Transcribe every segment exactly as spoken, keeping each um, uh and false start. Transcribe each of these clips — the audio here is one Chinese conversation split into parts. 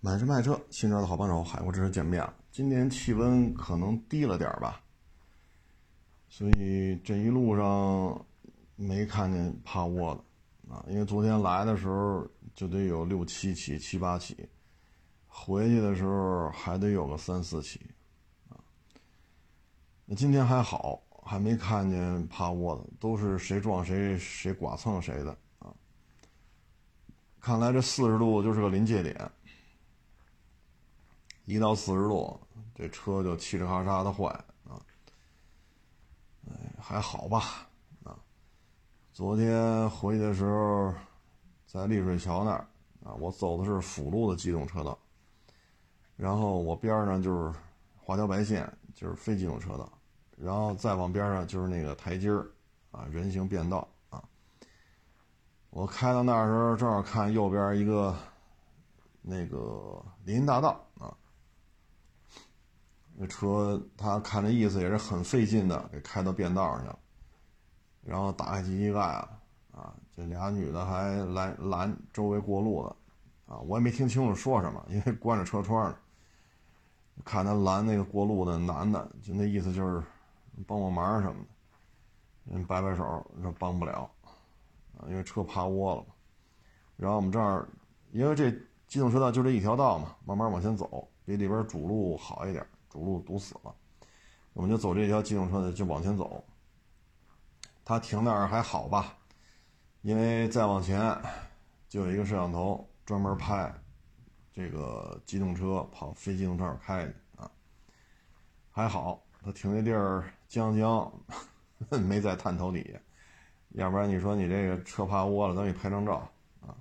买车卖车，新车的好帮手，海阔试车见面了。今年气温可能低了点吧，所以这一路上没看见趴窝的啊。因为昨天来的时候就得有六七起、七八起，回去的时候还得有个三四起啊。那今天还好，还没看见趴窝的，都是谁撞谁，谁剐蹭谁的啊。看来这四十度就是个临界点。一到四十度，这车就嘁哩喀嚓的坏啊！哎，还好吧啊！昨天回去的时候，在丽水桥那儿啊，我走的是辅路的机动车道，然后我边上就是华侨白线，就是非机动车道，然后再往边上就是那个台阶儿啊，人行便道啊。我开到那儿的时候，正好看右边一个那个林荫大道啊。那车他看这意思也是很费劲的，给开到便道上去了，然后打开机器盖啊，啊，这俩女的还拦拦周围过路的，啊，我也没听清楚说什么，因为关着车窗呢。看他拦那个过路的男的，就那意思就是帮我忙什么的，人摆摆手说帮不了，啊，因为车趴窝了嘛。然后我们这儿，因为这机动车道就这一条道嘛，慢慢往前走，比里边主路好一点。主路堵死了，我们就走这条机动车的就往前走。他停那儿还好吧，因为再往前就有一个摄像头专门拍这个机动车跑非机动车开的啊，还好他停那地儿将将没在探头底下，要不然你说你这个车趴窝了，咱给拍张照啊。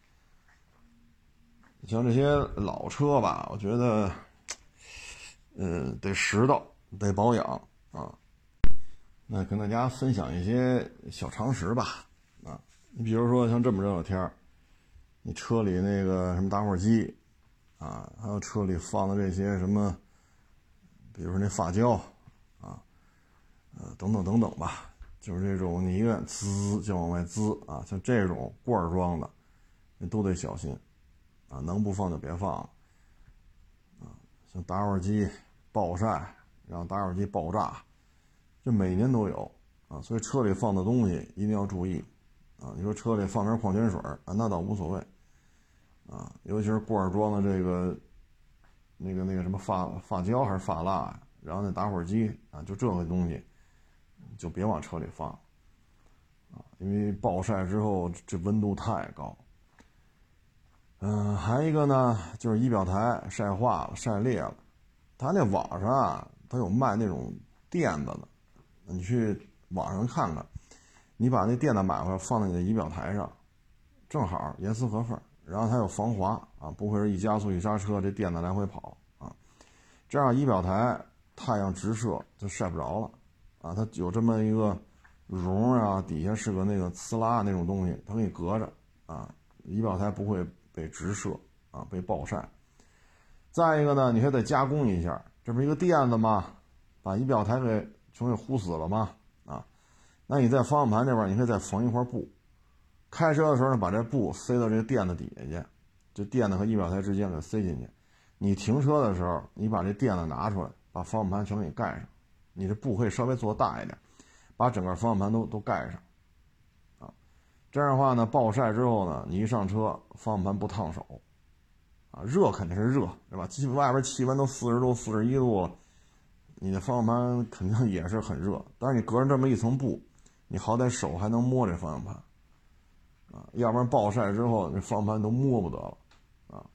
像这些老车吧，我觉得呃，得拾掇，得保养啊。那跟大家分享一些小常识吧啊。你比如说像这么热的天儿，你车里那个什么打火机啊，还有车里放的这些什么，比如说那发胶啊，呃等等等等吧，就是这种你一个滋就往外滋啊，像这种罐装的，你都得小心啊，能不放就别放了。像打火机暴晒，让打火机爆炸，这每年都有啊，所以车里放的东西一定要注意啊。你说车里放瓶矿泉水啊，那倒无所谓啊，尤其是罐装的这个那个那个什么发发胶还是发蜡呀，然后那打火机啊，就这个东西就别往车里放啊，因为暴晒之后这温度太高。嗯、呃，还一个呢，就是仪表台晒化了、晒裂了，它那网上啊，它有卖那种垫子的，你去网上看看，你把那垫子买回来放在你的仪表台上，正好严丝合缝，然后它有防滑啊，不会是一加速一刹车这垫子来回跑啊，这样仪表台太阳直射就晒不着了啊，它有这么一个绒啊，底下是个那个呲拉那种东西，它给你隔着啊，仪表台不会被直射啊，被暴晒。再一个呢，你还得加工一下，这不是一个垫子吗？把仪表台给全给糊死了吗？啊，那你在方向盘这边，你可以再缝一块布。开车的时候呢，把这布塞到这个垫子底下去，这垫子和仪表台之间给塞进去。你停车的时候，你把这垫子拿出来，把方向盘全给盖上。你这布可以稍微做大一点，把整个方向盘都都盖上。啊，这样的话呢，暴晒之后呢，你一上车，方向盘不烫手。啊，热肯定是热，对吧？外边气温都四十度、四十一度了，你的方向盘肯定也是很热。但是你隔着这么一层布，你好歹手还能摸这方向盘，啊，要不然暴晒之后，这方向盘都摸不得了，啊。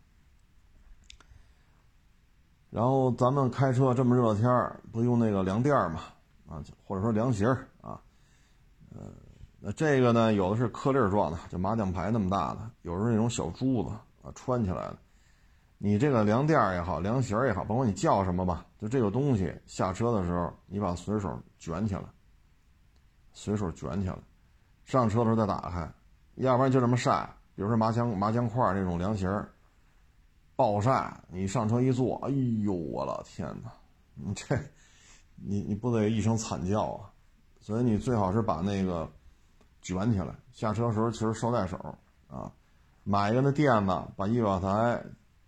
然后咱们开车这么热天儿，不用那个凉垫嘛，啊，或者说凉席儿啊，呃，那这个呢，有的是颗粒状的，就麻将牌那么大的，有的是那种小珠子啊，穿起来的。你这个凉垫也好，凉席也好，甭管你叫什么吧，就这个东西下车的时候，你把随手卷起来，随手卷起来，上车的时候再打开，要不然就这么晒，比如说麻将麻将块那种凉席暴晒，你上车一坐，哎呦我的天哪，你这你你不得一声惨叫啊！所以你最好是把那个卷起来，下车的时候其实捎带手啊，买一个那垫子，把仪表台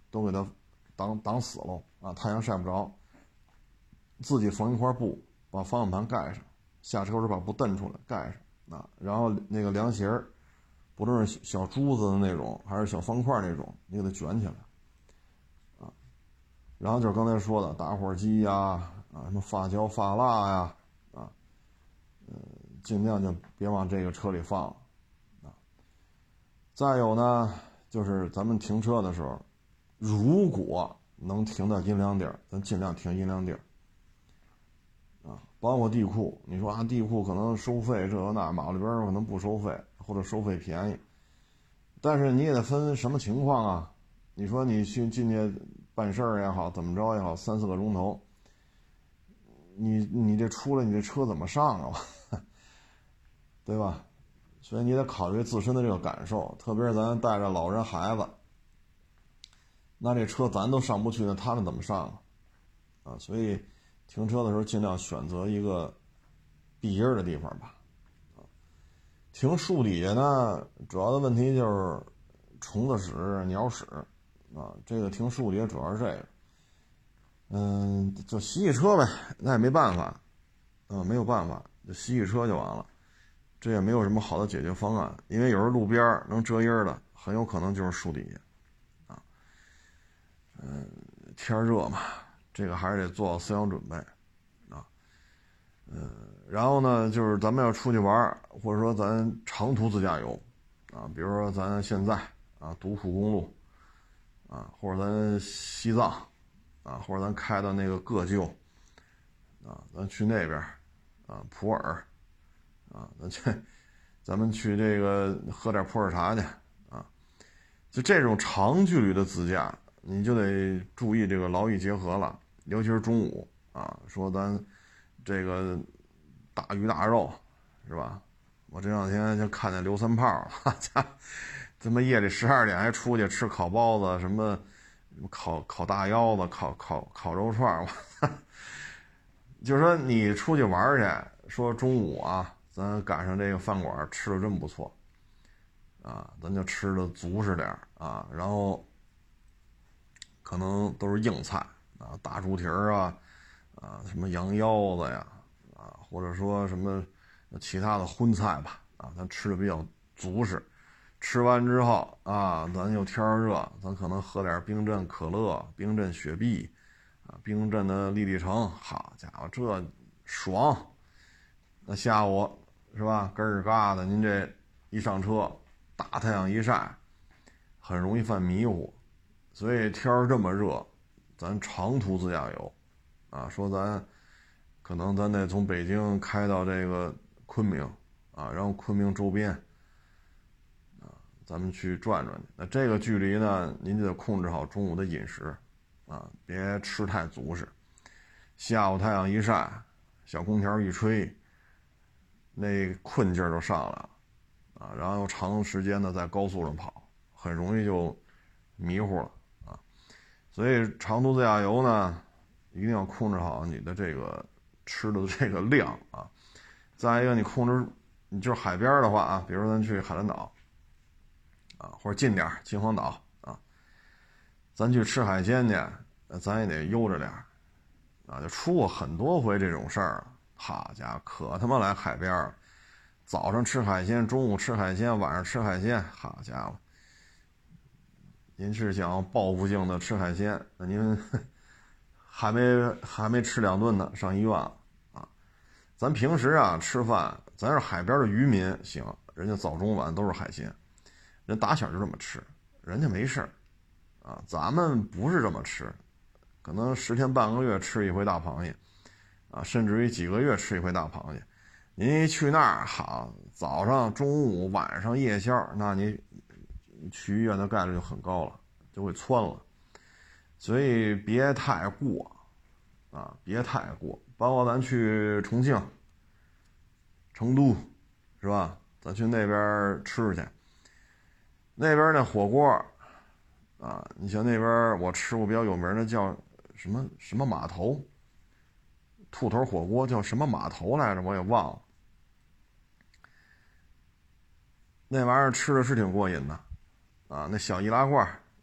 都给它挡挡死了啊，太阳晒不着。自己缝一块布，把方向盘盖上，下车时把布蹬出来盖上啊，然后那个凉鞋儿，不论是小珠子的那种，还是小方块那种，你给它卷起来啊。然后就是刚才说的打火机呀，啊，什么发胶、发蜡呀，啊，呃，尽量就别往这个车里放了啊。再有呢，就是咱们停车的时候，如果能停到阴凉地儿，咱尽量停阴凉地儿。啊，包括地库，你说啊，地库可能收费这个那，马路边可能不收费，或者收费便宜，但是你也得分什么情况啊？你说你去进去办事儿也好，怎么着也好，三四个钟头，你你这出来，你这车怎么上啊？对吧？所以你得考虑自身的这个感受，特别是咱带着老人孩子，那这车咱都上不去，那他们怎么上啊？啊，所以停车的时候尽量选择一个避阴的地方吧。啊，停树底下呢，主要的问题就是虫子屎、鸟屎啊。这个停树底下主要是这个，嗯，就洗洗车呗，那也没办法，嗯，没有办法，就洗洗车就完了。这也没有什么好的解决方案，因为有时候路边能遮阴的，很有可能就是树底下啊。嗯，天热嘛。这个还是得做好思想准备啊，嗯，然后呢，就是咱们要出去玩，或者说咱长途自驾游啊，比如说咱现在啊独库公路啊，或者咱西藏啊，或者咱开到那个个旧啊，咱去那边啊普洱啊，咱去咱们去这个喝点普洱茶去啊，就这种长距离的自驾，你就得注意这个劳逸结合了。尤其是中午啊，说咱这个大鱼大肉是吧？我这两天就看见刘三炮，哈家，他妈夜里十二点还出去吃烤包子，什么烤烤大腰子、烤烤烤肉串，就是说你出去玩去，说中午啊，咱赶上这个饭馆吃的真不错啊，咱就吃的足实点啊，然后可能都是硬菜。啊，大猪蹄儿啊，啊，什么羊腰子呀，啊，或者说什么其他的荤菜吧，啊，咱吃的比较足实。吃完之后啊，咱又天热，咱可能喝点冰镇可乐、冰镇雪碧，啊，冰镇的丽丽橙，好家伙，这爽！那下午是吧，咯儿嘎的，您这一上车，大太阳一晒，很容易犯迷糊。所以天儿这么热。咱长途自驾游，啊，说咱可能咱得从北京开到这个昆明，啊，然后昆明周边，啊，咱们去转转去。那这个距离呢，您就得控制好中午的饮食，啊，别吃太足实。下午太阳一晒，小空调一吹，那困劲儿就上来了，啊，然后长时间的在高速上跑，很容易就迷糊了。所以长途自驾游呢，一定要控制好你的这个吃的这个量啊。再一个，你控制，你就是海边的话啊，比如说咱去海南岛啊，或者近点秦皇岛啊，咱去吃海鲜去，咱也得悠着点啊。就出过很多回这种事儿，好家伙，可他妈来海边，早上吃海鲜，中午吃海鲜，晚上吃海鲜，好家伙。您是想报复性的吃海鲜，那您还没还没吃两顿呢，上医院了啊！咱平时啊吃饭，咱是海边的渔民，行，人家早中晚都是海鲜，人打小就这么吃，人家没事啊。咱们不是这么吃，可能十天半个月吃一回大螃蟹啊，甚至于几个月吃一回大螃蟹。您一去那儿，好，早上、中午、晚上夜宵，那你。去医院的概率就很高了，就会窜了，所以别太过啊，别太过。包括咱去重庆、成都，是吧？咱去那边吃去，那边那火锅啊，你像那边我吃过比较有名的叫什么什么码头，兔头火锅叫什么码头来着，我也忘了。那玩意儿吃的是挺过瘾的。啊，那小易拉罐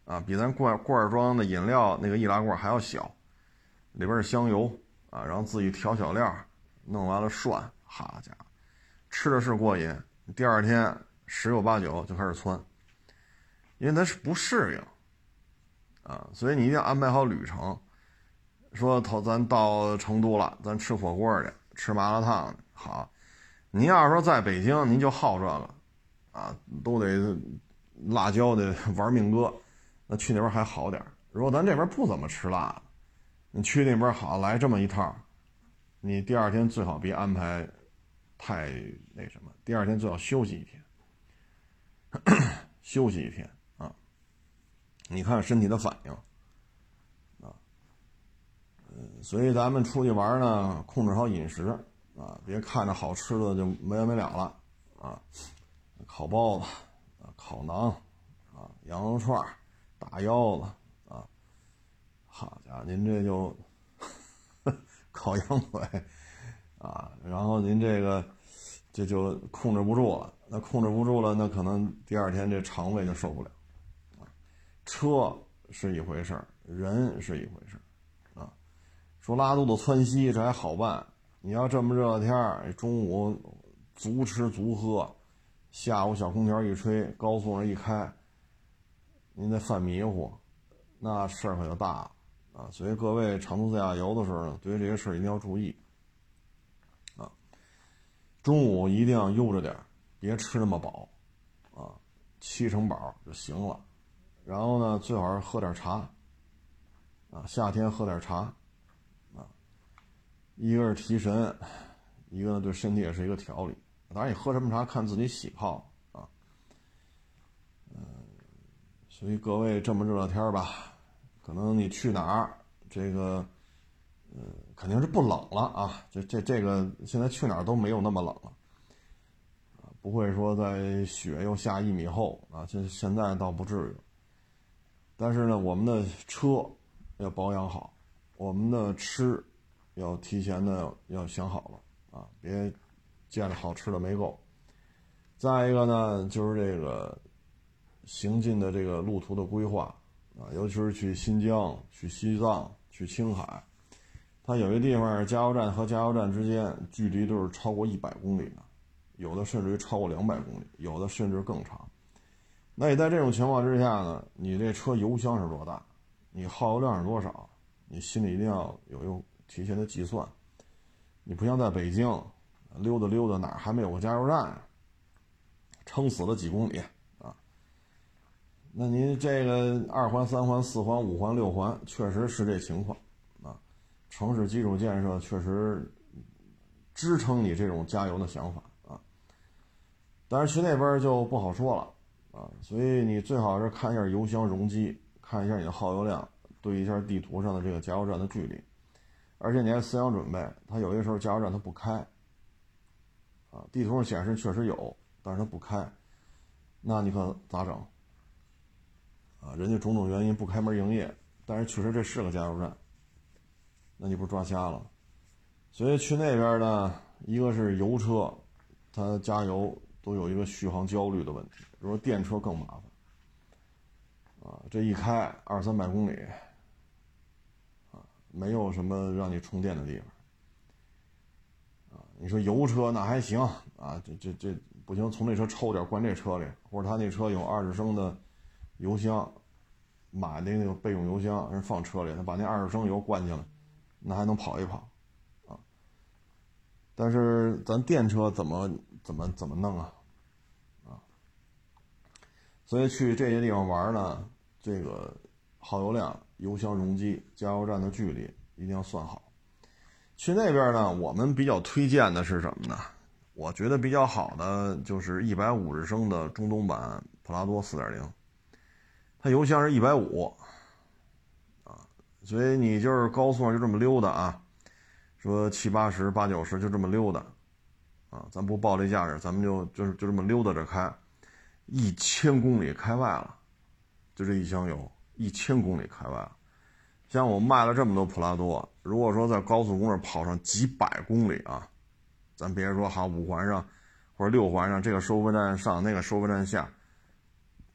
啊，比咱罐罐装的饮料那个易拉罐还要小，里边是香油啊，然后自己调小料，弄完了涮，好家伙，吃的是过瘾，第二天十有八九就开始窜，因为它是不适应啊，所以你一定要安排好旅程。说头咱到成都了，咱吃火锅去，吃麻辣烫去，好。您要是说在北京，您就好这个啊，都得辣椒的玩命哥，那去那边还好点。如果咱这边不怎么吃辣的，你去那边好来这么一套，你第二天最好别安排太那什么，第二天最好休息一天，休息一天啊，你看身体的反应啊，嗯，所以咱们出去玩呢，控制好饮食啊，别看着好吃的就没完没了了啊，烤包子啊，烤馕啊，羊肉串、大腰子啊，好家伙，您这就烤羊腿啊，然后您这个这就控制不住了，那控制不住了，那可能第二天这肠胃就受不了啊。车是一回事儿，人是一回事儿啊。说拉肚子窜稀这还好办，你要这么热天儿，中午足吃足喝，下午小空调一吹，高速上一开，您再犯迷糊，那事儿可就大了啊！所以各位长途自驾游的时候呢，对于这些事儿一定要注意啊。中午一定要悠着点，别吃那么饱啊，七成饱就行了。然后呢，最好是喝点茶啊，夏天喝点茶啊，一个是提神，一个呢对身体也是一个调理。当然，你喝什么茶看自己喜好啊。嗯，所以各位这么热的天吧，可能你去哪儿，这个，呃，肯定是不冷了啊。这这这个现在去哪儿都没有那么冷了，啊，不会说在雪又下一米厚啊。这现在倒不至于。但是呢，我们的车要保养好，我们的吃要提前的要想好了啊，别见着好吃的没够。再一个呢，就是这个行进的这个路途的规划啊，尤其是去新疆、去西藏、去青海，它有些地方加油站和加油站之间距离都是超过一百公里的，有的甚至于超过两百公里，有的甚至更长。那你在这种情况之下呢，你这车油箱是多大，你耗油量是多少，你心里一定要有有提前的计算。你不像在北京溜达溜达，哪儿还没有个加油站，撑死了几公里啊。那您这个二环、三环、四环、五环、六环确实是这情况啊，城市基础建设确实支撑你这种加油的想法啊，但是去那边就不好说了啊，所以你最好是看一下油箱容积，看一下你的耗油量，对一下地图上的这个加油站的距离，而且你还思想准备，它有些时候加油站它不开啊，地图上显示确实有，但是它不开，那你可咋整啊？人家种种原因不开门营业，但是确实这是个加油站，那你不是抓瞎了？所以去那边呢，一个是油车，它加油都有一个续航焦虑的问题，如果电车更麻烦啊，这一开二三百公里啊，没有什么让你充电的地方啊。你说油车那还行啊，这这这不行，从这车抽点灌这车里，或者他那车有二十升的油箱，买的那个备用油箱人放车里，他把那二十升油灌进来，那还能跑一跑啊。但是咱电车怎么怎么怎么弄啊？啊，所以去这些地方玩呢，这个耗油量、油箱容积、加油站的距离一定要算好。去那边呢，我们比较推荐的是什么呢？我觉得比较好的就是一百五十升的中东版普拉多 四点零， 它油箱是一百五啊，所以你就是高速上就这么溜达啊，说七八十、八九十就这么溜达啊，咱不暴力驾驶，咱们就就是就这么溜达着开，一千公里开外了，就这一箱油，一千公里开外了。像我卖了这么多普拉多，如果说在高速公路跑上几百公里啊，咱别说好五环上或者六环上，这个收费站上那个收费站下，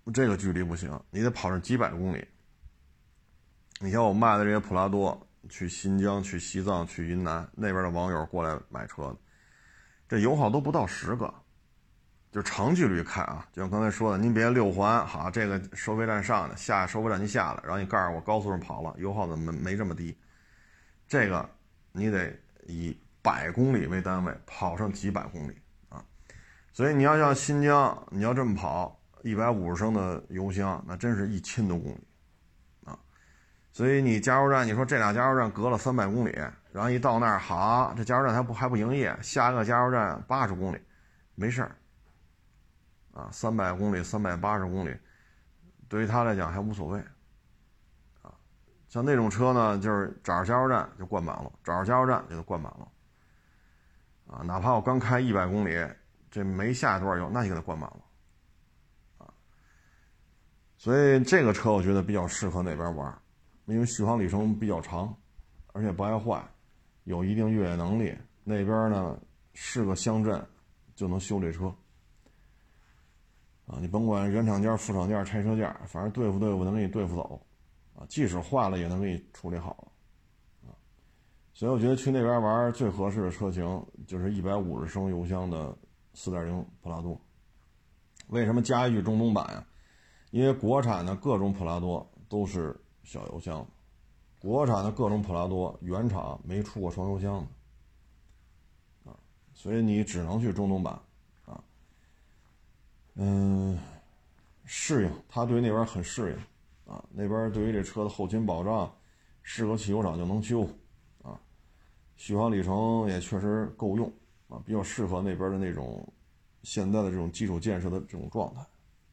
这个距离不行，你得跑上几百公里。你像我卖的这些普拉多，去新疆、去西藏、去云南那边的网友过来买车的，这油耗都不到十个，就长距离开啊。就像刚才说的，您别六环，好，这个收费站上的，下收费站你下了，然后你告诉我高速上跑了，油耗怎么没这么低？这个你得以百公里为单位，跑上几百公里啊。所以你要像新疆，你要这么跑。一百五十升的油箱，那真是一千多公里啊！所以你加油站，你说这俩加油站隔了三百公里，然后一到那儿，好，这加油站还不还不营业，下一个加油站八十公里，没事儿啊，三百公里、三百八十公里，对于他来讲还无所谓啊。像那种车呢，就是找着加油站就灌满了，找着加油站就得灌满了啊，哪怕我刚开一百公里，这没下多少油，那就给它灌满了。所以这个车我觉得比较适合那边玩，因为续航里程比较长，而且不爱坏，有一定越野能力。那边呢是个乡镇，就能修这车啊！你甭管原厂件、副厂件、拆车件，反正对付对付能给你对付走啊！即使坏了也能给你处理好啊！所以我觉得去那边玩最合适的车型就是一百五十升油箱的 四点零 普拉多。为什么加一句中东版呀？因为国产的各种普拉多都是小油箱，国产的各种普拉多原厂没出过双油箱的啊，所以你只能去中东版啊。嗯，适应，它对于那边很适应啊，那边对于这车的后勤保障，是个汽油厂就能修啊，续航里程也确实够用啊，比较适合那边的那种现在的这种基础建设的这种状态。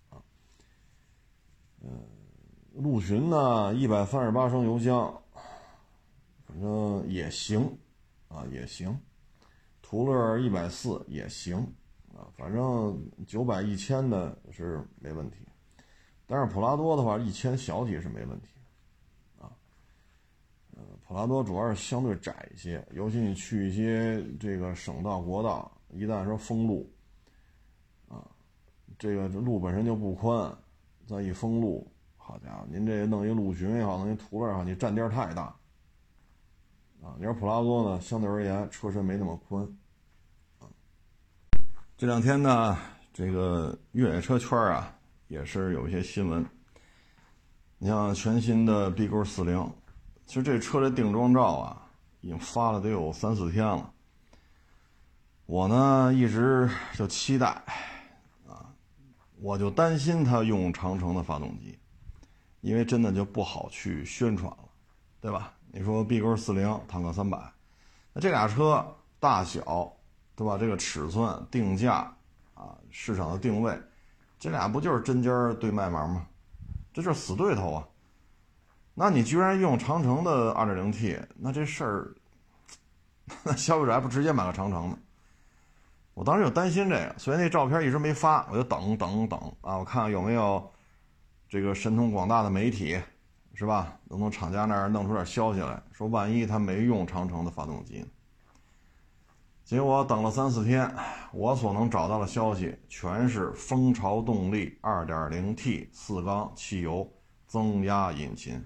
嗯，陆巡呢，一百三十八升油箱，反正也行，啊也行。途乐一百四也行，啊，反正九百一千的是没问题。但是普拉多的话，一千小体是没问题，啊，呃，普拉多主要是相对窄一些，尤其你去一些这个省道、国道，一旦说封路，啊，这个路本身就不宽。再一封路，好家伙，您这弄一陆巡也好，弄一途乐也好，你占地太大啊！你要普拉多呢，相对而言车身没那么宽啊。这两天呢，这个越野车圈啊，也是有一些新闻。你像全新的 B Q 四零，其实这车的定妆照啊，已经发了得有三四天了。我呢一直就期待。我就担心他用长城的发动机，因为真的就不好去宣传了，对吧？你说 B Q 四零、坦克三百，那这俩车大小，对吧？这个尺寸、定价啊，市场的定位，这俩不就是针尖对麦芒吗？这就是死对头啊！那你居然用长城的 二点零 T， 那这事儿，那消费者还不直接买个长城呢？我当时就担心这个，所以那照片一直没发，我就等等等啊，我看看有没有这个神通广大的媒体，是吧？能从厂家那儿弄出点消息来，说万一他没用长城的发动机呢？结果等了三四天，我所能找到的消息全是蜂巢动力 二点零 T 四缸汽油增压引擎。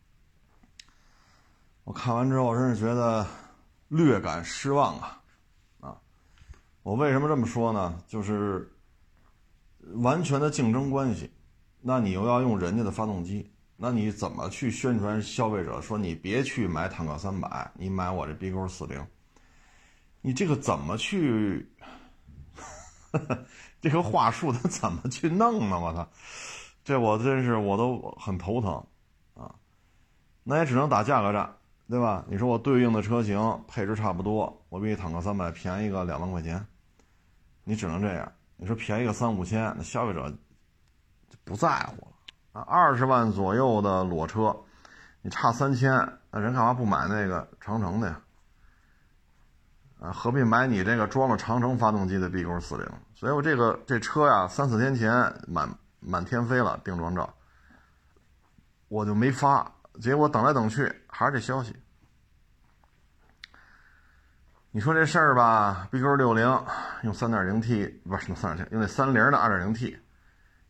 我看完之后，真是觉得略感失望啊！我为什么这么说呢？就是完全的竞争关系，那你又要用人家的发动机，那你怎么去宣传消费者说你别去买坦克三百，你买我这 B Q 四零？你这个怎么去这个话术他怎么去弄呢？我操，这我真是我都很头疼啊！那也只能打价格战，对吧？你说我对应的车型配置差不多，我比坦克三百便宜个两万块钱。你只能这样，你说便宜个三五千，那消费者不在乎了啊！二十万左右的裸车，你差三千，那人干嘛不买那个长城的呀？啊，何必买你这个装了长城发动机的 B Q 四零？所以我这个这车呀，三四天前满满天飞了定妆照，我就没发，结果等来等去还是这消息。你说这事儿吧 ，B Q 六零用 三点零 T 不是用 三点零 T， 用那三菱的 二点零 T，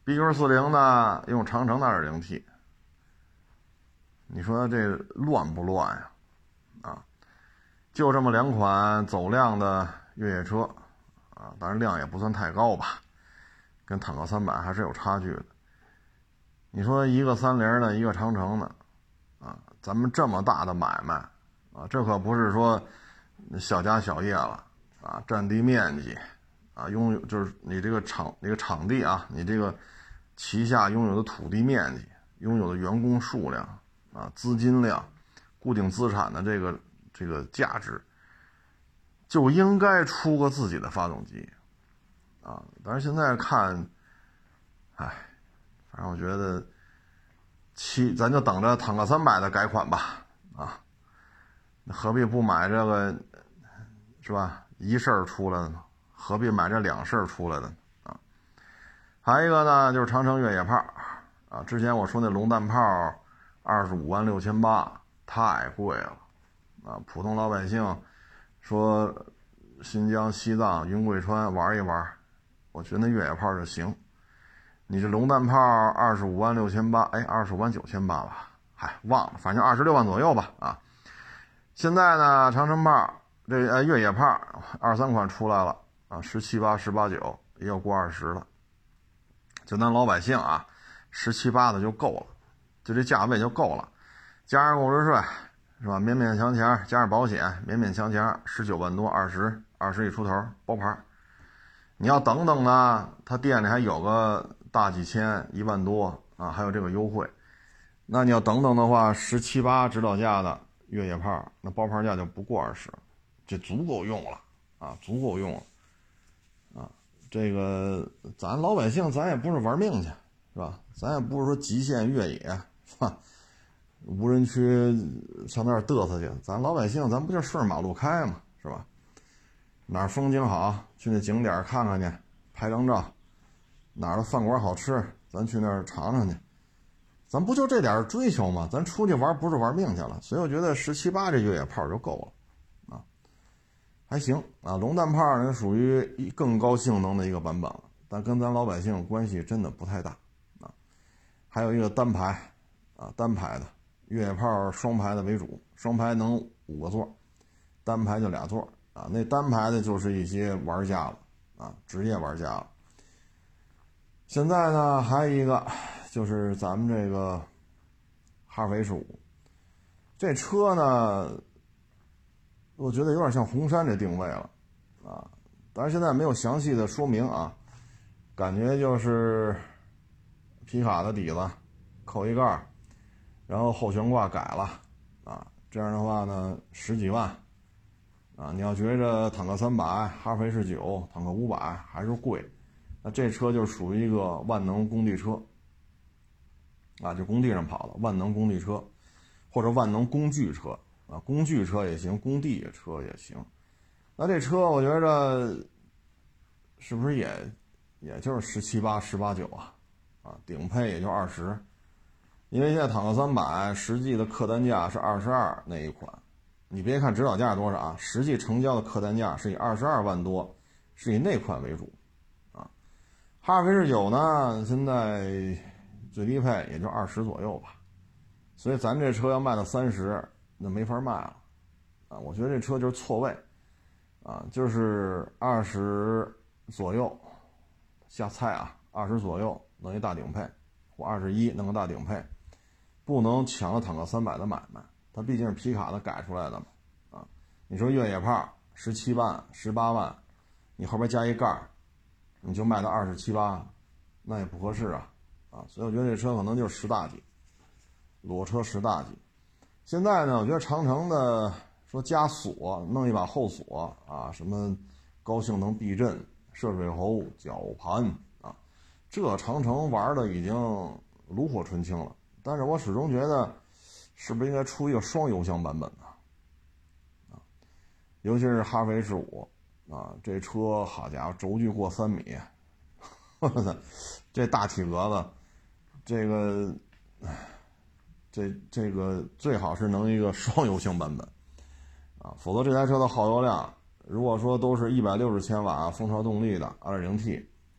B Q 四零呢用长城的 二点零 T， 你说这乱不乱呀？啊，就这么两款走量的越野车啊，当然量也不算太高吧，跟坦克三百还是有差距的。你说一个三菱的，一个长城的，啊，咱们这么大的买卖啊，这可不是说小家小业了啊，占地面积啊，拥有就是你这个场这个场地啊，你这个旗下拥有的土地面积，拥有的员工数量啊，资金量，固定资产的这个这个价值，就应该出个自己的发动机啊。但是现在看，哎。反正我觉得七咱就等着坦克三百的改款吧，啊，何必不买这个，是吧？一事儿出来的呢，何必买这两事儿出来的啊？还有一个呢，就是长城越野炮啊，之前我说那龙弹炮二十五万六千八，太贵了啊！普通老百姓说新疆、西藏、云贵川玩一玩，我觉得那越野炮就行。你这龙弹炮二十五万六千八，哎，二十五万九千八吧，嗨，忘了，反正二十六万左右吧，啊。现在呢，长城炮这呃越野炮二三款出来了啊，十七八、十八九也要过二十了。就咱老百姓啊，十七八的就够了，就这价位就够了，加上购置税是吧？勉勉强强加上保险，勉勉强强十九万多，二十二十一出头包牌。你要等等呢，他店里还有个大几千一万多啊，还有这个优惠。那你要等等的话，十七八指导价的越野炮，那包牌价就不过二十，这足够用了啊，足够用了啊。这个咱老百姓，咱也不是玩命去，是吧？咱也不是说极限越野，是吧？无人区上那儿嘚瑟去，咱老百姓咱不就顺着马路开嘛，是吧？哪儿风景好，去那景点看看去，拍张照；哪儿的饭馆好吃，咱去那儿尝尝去。咱不就这点追求吗？咱出去玩不是玩命去了，所以我觉得十七八这越野炮就够了啊，还行啊。龙弹炮呢属于更高性能的一个版本了，但跟咱老百姓关系真的不太大啊。还有一个单排啊，单排的越野炮，双排的为主，双排能五个座，单排就俩座。啊，那单排的就是一些玩家了啊，职业玩家了。现在呢，还有一个就是咱们这个哈弗 H 五，这车呢，我觉得有点像红杉这定位了啊，当然现在没有详细的说明啊，感觉就是皮卡的底子扣一盖，然后后悬挂改了啊，这样的话呢，十几万。啊，你要觉着坦克三百、哈弗 H 九、坦克五百还是贵，那这车就属于一个万能工地车，啊，就工地上跑的万能工地车，或者万能工具车啊，工具车也行，工地车也行。那这车我觉着是不是也也就是十七八、十八九啊？啊，顶配也就二十，因为现在坦克三百实际的客单价是二十二那一款。你别看指导价多少啊，实际成交的客单价是以二十二万多，是以那款为主啊。哈弗 H 九呢，现在最低配也就二十左右吧，所以咱这车要卖到三十，那没法卖了啊。我觉得这车就是错位啊，就是二十左右，瞎猜啊，二十左右弄一大顶配，或二十一弄个大顶配，不能抢了坦克三百的买卖。它毕竟是皮卡的改出来的嘛，啊，你说越野炮十七万、十八万，你后边加一盖，你就卖到二十七八，那也不合适啊，啊，所以我觉得这车可能就是十大几，裸车十大几。现在呢，我觉得长城的说加锁，弄一把后锁啊，什么高性能避震、涉水喉、绞盘啊，这长城玩的已经炉火纯青了，但是我始终觉得。是不是应该出一个双油箱版本呢？啊，尤其是哈弗 H 五啊，这车好家伙，轴距过三米，我操，这大体格子，这个，这这个最好是能一个双油箱版本啊，否则这台车的耗油量，如果说都是一百六十千瓦蜂巢动力的 二点零 T，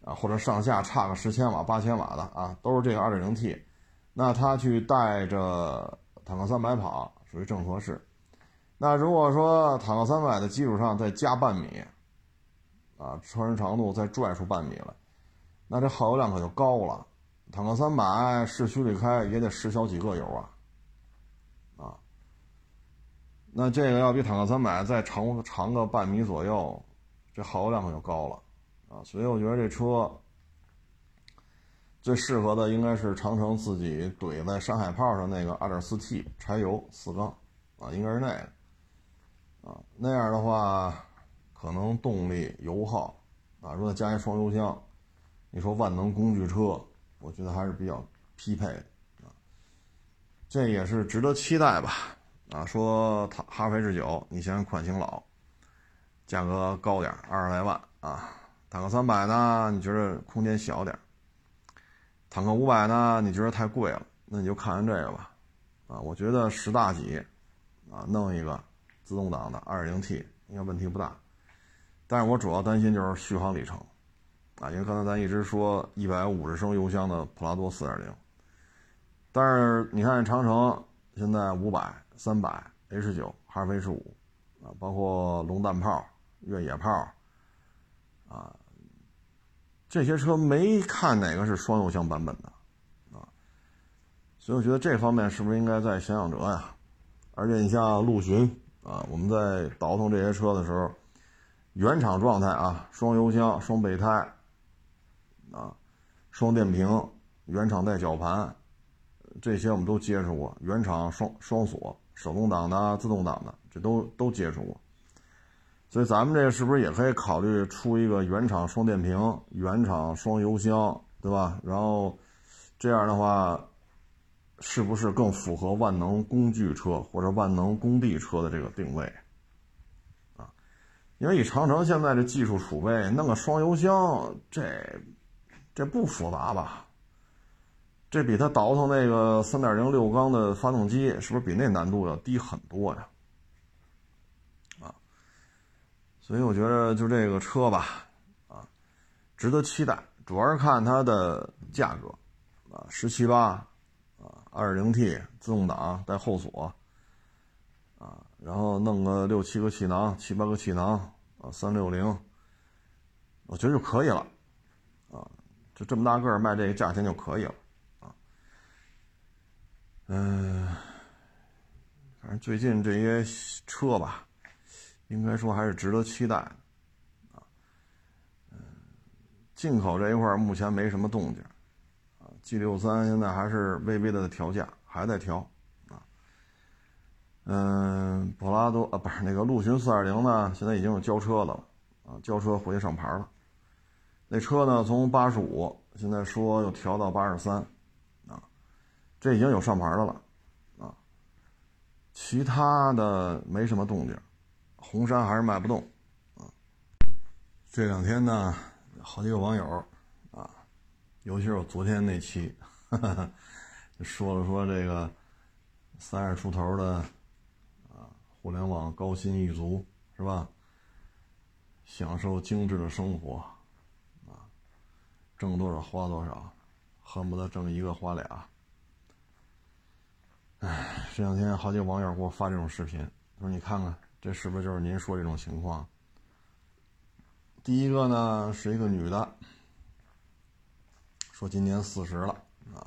啊，或者上下差个十千瓦、八千瓦的啊，都是这个 二点零 T， 那他去带着坦克三百跑，属于正合适。那如果说坦克三百的基础上再加半米，啊，车身长度再拽出半米来，那这耗油量可就高了。坦克三百市区里开也得十小几个油啊，啊，那这个要比坦克三百再长长个半米左右，这耗油量可就高了啊。所以我觉得这车最适合的应该是长城自己怼在山海炮上那个 二点四 T 柴油四缸啊，应该是那个。啊，那样的话，可能动力、油耗啊，如果再加一双油箱，你说万能工具车，我觉得还是比较匹配的啊。这也是值得期待吧？啊，说哈哈弗 H 九，你嫌款型老，价格高点，二十来万啊。坦克三百呢，你觉得空间小点；坦克五百呢，你觉得太贵了，那你就看看这个吧。啊，我觉得十大几啊，弄一个自动挡的 二点零 T 应该问题不大，但是我主要担心就是续航里程啊，因为刚才咱一直说一百五十升油箱的普拉多 四点零， 但是你看长城现在五百、三百、H 九、哈弗 H 五啊，包括龙弹炮、越野炮啊，这些车没看哪个是双油箱版本的啊，所以我觉得这方面是不是应该再想想辙呀？而且你像陆巡啊，我们在倒腾这些车的时候，原厂状态啊，双油箱、双备胎啊，双电瓶，原厂带绞盘，这些我们都接触过。原厂双双锁、手动挡的、自动挡的，这都都接触过。所以咱们这是不是也可以考虑出一个原厂双电瓶、原厂双油箱，对吧？然后这样的话，是不是更符合万能工具车或者万能工地车的这个定位啊？因为以长城现在的技术储备，弄个双油箱，这这不复杂吧？这比它倒腾那个 三点零 六缸的发动机，是不是比那难度要低很多呀？啊，所以我觉得就这个车吧，啊，值得期待，主要是看它的价格啊，十七八。二点零 T 自动挡带后锁啊，然后弄个六七个气囊、七八个气囊啊，三六零，我觉得就可以了啊，就这么大个儿卖这个价钱就可以了啊。嗯、呃，反正最近这些车吧，应该说还是值得期待啊。嗯，进口这一块目前没什么动静。G 六十三现在还是微微的调价，还在调啊。嗯，普拉多啊，不是那个陆巡 四点零 呢，现在已经有交车的了啊，交车回去上牌了。那车呢，从八十五现在说又调到八十三啊，这已经有上牌的了啊。其他的没什么动静，红杉还是卖不动啊。这两天呢，好几个网友。尤其是我昨天那期呵呵就说了说这个三十出头的啊，互联网高薪一族是吧，享受精致的生活啊，挣多少花多少，恨不得挣一个花俩。哎，这两天好几个网友给我发这种视频，说你看看这是不是就是您说这种情况。第一个呢是一个女的，说今年四十了啊，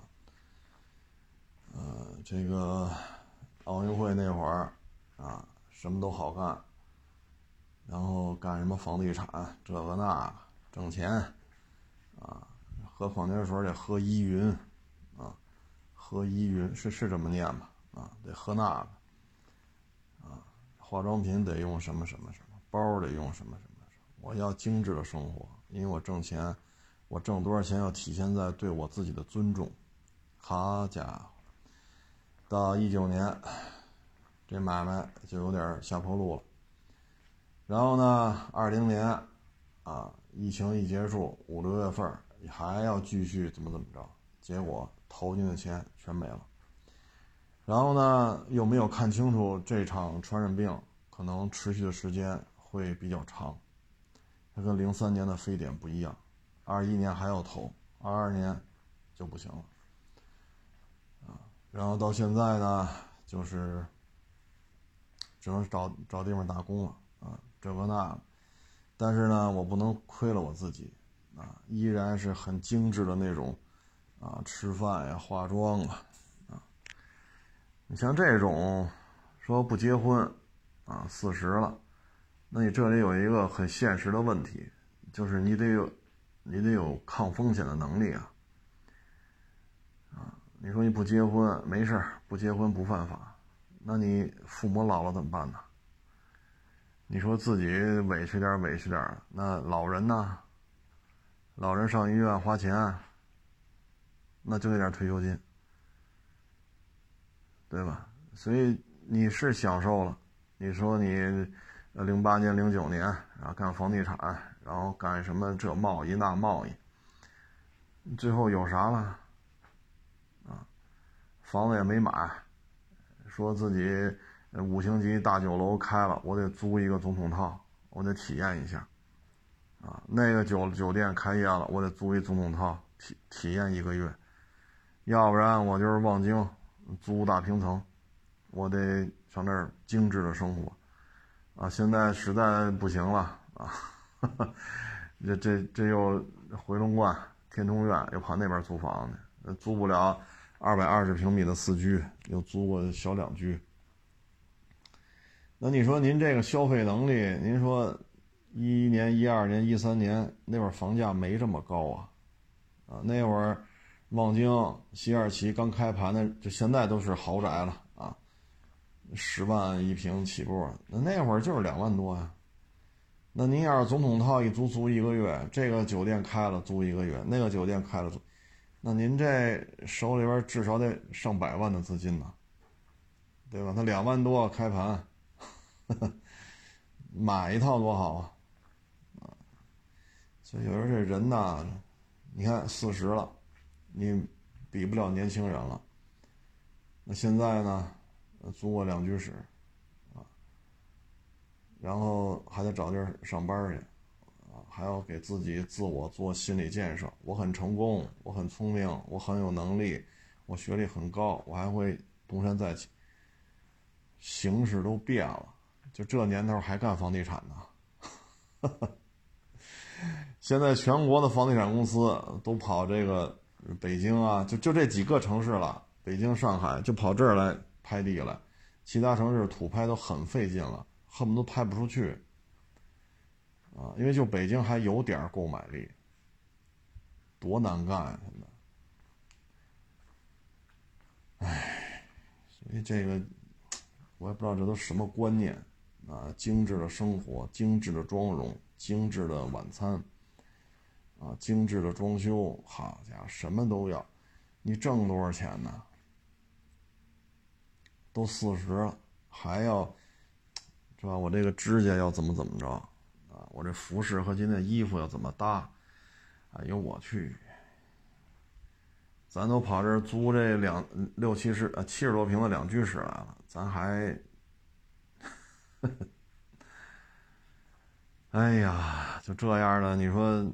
呃，这个奥运会那会儿啊，什么都好干，然后干什么房地产这个那个挣钱啊，喝矿泉水得喝依云啊，喝依云是是这么念吧啊，得喝那个啊，化妆品得用什么什么什么，包得用什么什么什么，我要精致的生活，因为我挣钱。我挣多少钱要体现在对我自己的尊重。好家伙，到一九年，这买卖就有点下坡路了。然后呢，二零年啊，疫情一结束，五六月份还要继续怎么怎么着，结果投进的钱全没了。然后呢，又没有看清楚这场传染病可能持续的时间会比较长，它跟零三年的非典不一样。 二一年还要投，二二年就不行了啊。然后到现在呢，就是只能找找地方打工了啊，这个那的。但是呢，我不能亏了我自己啊，依然是很精致的那种啊，吃饭呀、化妆啊啊。你像这种说不结婚啊，四十了，那你这里有一个很现实的问题，就是你得有你得有抗风险的能力啊啊！你说你不结婚没事，不结婚不犯法，那你父母老了怎么办呢？你说自己委屈点委屈点，那老人呢？老人上医院花钱，那就那点退休金，对吧？所以你是享受了，你说你呃零八年零九年然后干房地产，然后干什么这贸易那贸易，最后有啥了啊？房子也没买，说自己五星级大酒楼开了，我得租一个总统套，我得体验一下啊。那个酒酒店开业了，我得租一总统套体体验一个月，要不然我就是望京租大平层，我得上那儿精致的生活啊。现在实在不行了啊，呵呵这这这又回龙观天通苑又跑那边租房去，租不了二百二十平米的四居，又租过小两居。那你说您这个消费能力，您说一一年、一二年、一三年那会儿房价没这么高啊，啊，那会儿望京、西二旗刚开盘的，就现在都是豪宅了啊，十万一平起步，那那会儿就是两万多呀。那您要是总统套一租租一个月，这个酒店开了租一个月，那个酒店开了租，那您这手里边至少得上百万的资金呢，对吧？他两万多开盘。呵呵，买一套多好啊！啊，所以有时候这人呐，你看四十了，你比不了年轻人了。那现在呢，租个两居室啊，然后还得找地儿上班去啊，还要给自己自我做心理建设。我很成功，我很聪明，我很有能力，我学历很高，我还会东山再起。形势都变了。就这年头还干房地产呢，现在全国的房地产公司都跑这个北京啊，就就这几个城市了，北京、上海就跑这儿来拍地了，其他城市土拍都很费劲了，恨不得拍不出去啊，因为就北京还有点购买力，多难干啊！现在，唉，所以这个我也不知道这都什么观念。啊，精致的生活，精致的妆容，精致的晚餐，啊，精致的装修，好家伙，什么都要。你挣多少钱呢？都四十了，还要是吧？我这个指甲要怎么怎么着啊？我这服饰和今天衣服要怎么搭？哎呦我去！咱都跑这儿租这两六七十呃七十多平的两居室来了，咱还。哎呀，就这样的，你说，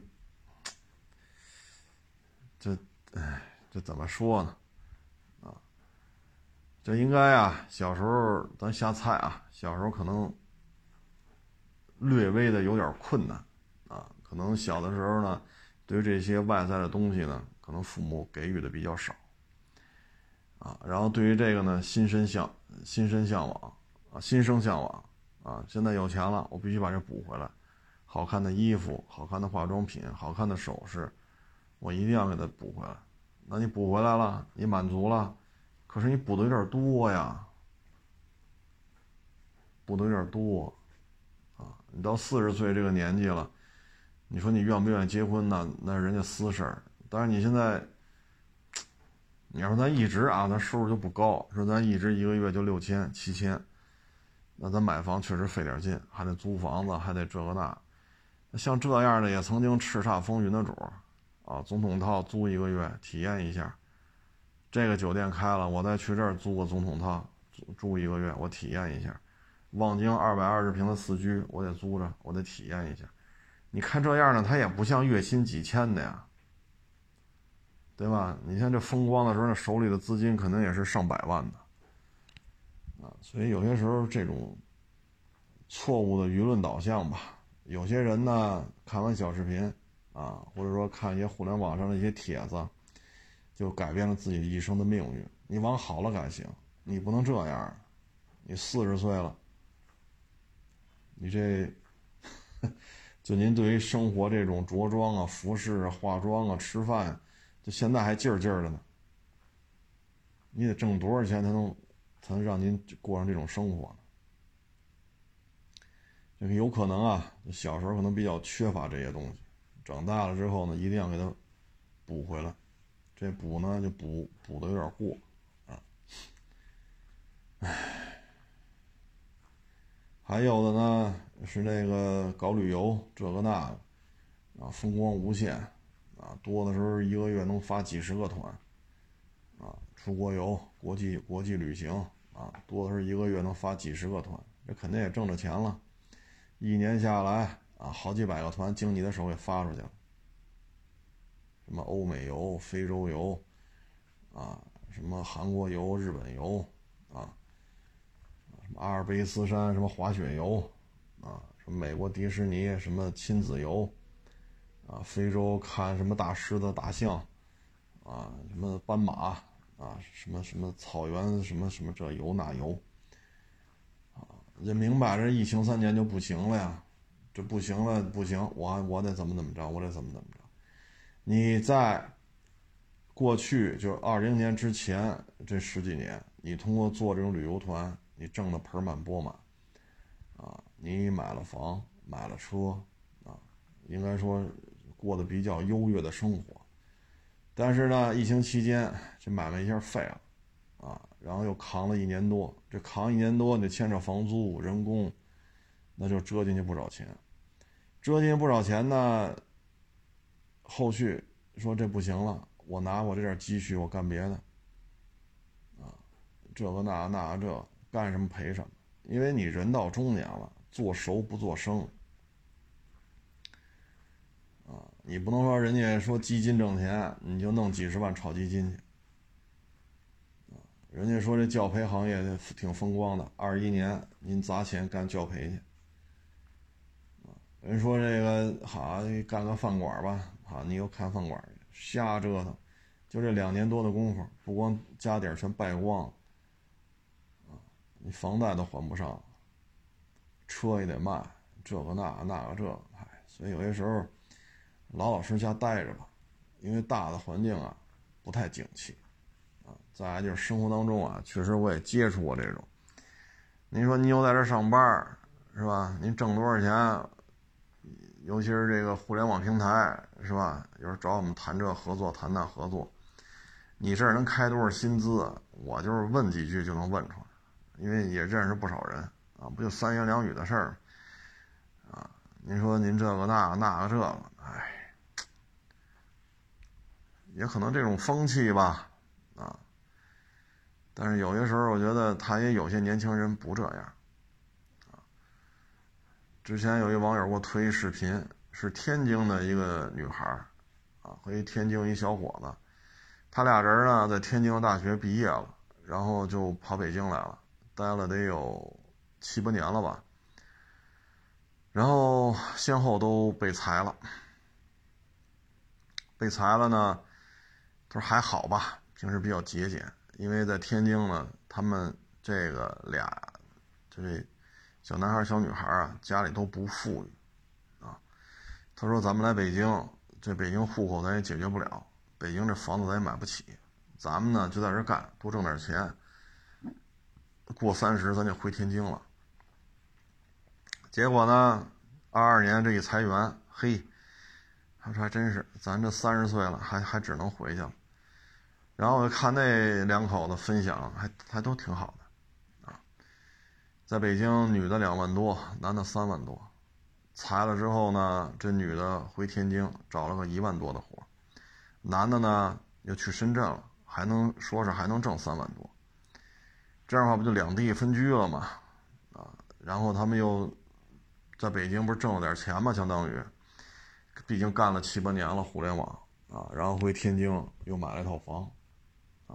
这，哎，这怎么说呢？啊，这应该啊，小时候咱瞎猜啊，小时候可能略微的有点困难，啊，可能小的时候呢，对于这些外在的东西呢，可能父母给予的比较少，啊，然后对于这个呢，心生向心生向往，啊，心生向往，啊，现在有钱了，我必须把这补回来。好看的衣服，好看的化妆品，好看的首饰，我一定要给它补回来。那你补回来了，你满足了，可是你补的有点多呀，补的有点多啊！你到四十岁这个年纪了，你说你愿不愿意结婚呢？那是人家私事儿。但是你现在，你要说咱一直啊，咱收入就不高，说咱一直一个月就六千、七千，那咱买房确实费点劲，还得租房子，还得这个那。像这样的也曾经叱咤风云的主啊，总统套租一个月体验一下，这个酒店开了，我再去这儿租个总统套住一个月，我体验一下。望京二百二十平的四居，我得租着，我得体验一下。 你看这样呢，他也不像月薪几千的呀，对吧？你像这风光的时候，那手里的资金可能也是上百万的啊。所以有些时候这种错误的舆论导向吧，有些人呢看完小视频啊，或者说看一些互联网上的一些帖子，就改变了自己一生的命运。你往好了改行，你不能这样。你四十岁了，你这就您对于生活这种着装啊、服饰啊、化妆啊、吃饭，就现在还劲儿劲儿的呢。你得挣多少钱才能才能让您过上这种生活呢？这个有可能啊，小时候可能比较缺乏这些东西，长大了之后呢，一定要给它补回来。这补呢，就补补的有点过啊。唉，还有的呢是那个搞旅游，这个那个啊，风光无限啊，多的时候一个月能发几十个团啊，出国游、国际国际旅行啊，多的时候一个月能发几十个团，这肯定也挣着钱了。一年下来啊，好几百个团经你的手给发出去了，什么欧美游、非洲游啊，什么韩国游、日本游啊，什么阿尔卑斯山什么滑雪游啊，什么美国迪士尼什么亲子游啊，非洲看什么大狮子、大象啊，什么斑马啊，什么什么草原什么什么这游那游啊，这明摆着疫情三年就不行了呀，这不行了不行，我我得怎么怎么着，我得怎么怎么着。你在过去就二零年之前这十几年，你通过做这种旅游团，你挣得盆满钵满啊，你买了房买了车啊，应该说过得比较优越的生活。但是呢，疫情期间这买卖一下废了啊，然后又扛了一年多，这扛一年多你牵扯房租人工，那就折进去不少钱，折进去不少钱呢，后续说这不行了，我拿我这点积蓄我干别的啊，这个那那这干什么赔什么，因为你人到中年了，做熟不做生啊，你不能说人家说基金挣钱，你就弄几十万炒基金去啊。人家说这教培行业挺风光的，二一年您砸钱干教培去啊。人说这个好干个饭馆吧，好你又看饭馆去，瞎折腾，就这两年多的功夫，不光家底儿全败光啊，你房贷都还不上，车也得卖，这个那那个这个，哎，所以有些时候老老实家待着吧，因为大的环境啊不太景气啊。再来就是生活当中啊，确实我也接触过这种。您说您又在这上班是吧？您挣多少钱？尤其是这个互联网平台是吧？有人找我们谈这合作，谈那合作，你这儿能开多少薪资？我就是问几句就能问出来，因为也认识不少人啊，不就三言两语的事儿啊？您说您这个那那个这个，哎，也可能这种风气吧，啊，但是有些时候我觉得他也有些年轻人不这样，啊，之前有一网友给我推视频，是天津的一个女孩，啊，和一天津一小伙子，他俩人呢在天津大学毕业了，然后就跑北京来了，待了得有七八年了吧，然后先后都被裁了，被裁了呢，他说还好吧，平时比较节俭，因为在天津呢，他们这个俩这小男孩小女孩啊，家里都不富裕啊。他说咱们来北京，这北京户口咱也解决不了，北京这房子咱也买不起，咱们呢就在这干，多挣点钱，过三十咱就回天津了。结果呢，二二年这一裁员，嘿，他说还真是，咱这三十岁了，还还只能回去了。然后我看那两口子分享，还还都挺好的，啊，在北京女的两万多，男的三万多，裁了之后呢，这女的回天津找了个一万多的活，男的呢又去深圳了，还能说是还能挣三万多，这样的话不就两地分居了吗？啊，然后他们又在北京不是挣了点钱吗？相当于毕竟干了七八年了互联网啊，然后回天津又买了一套房啊。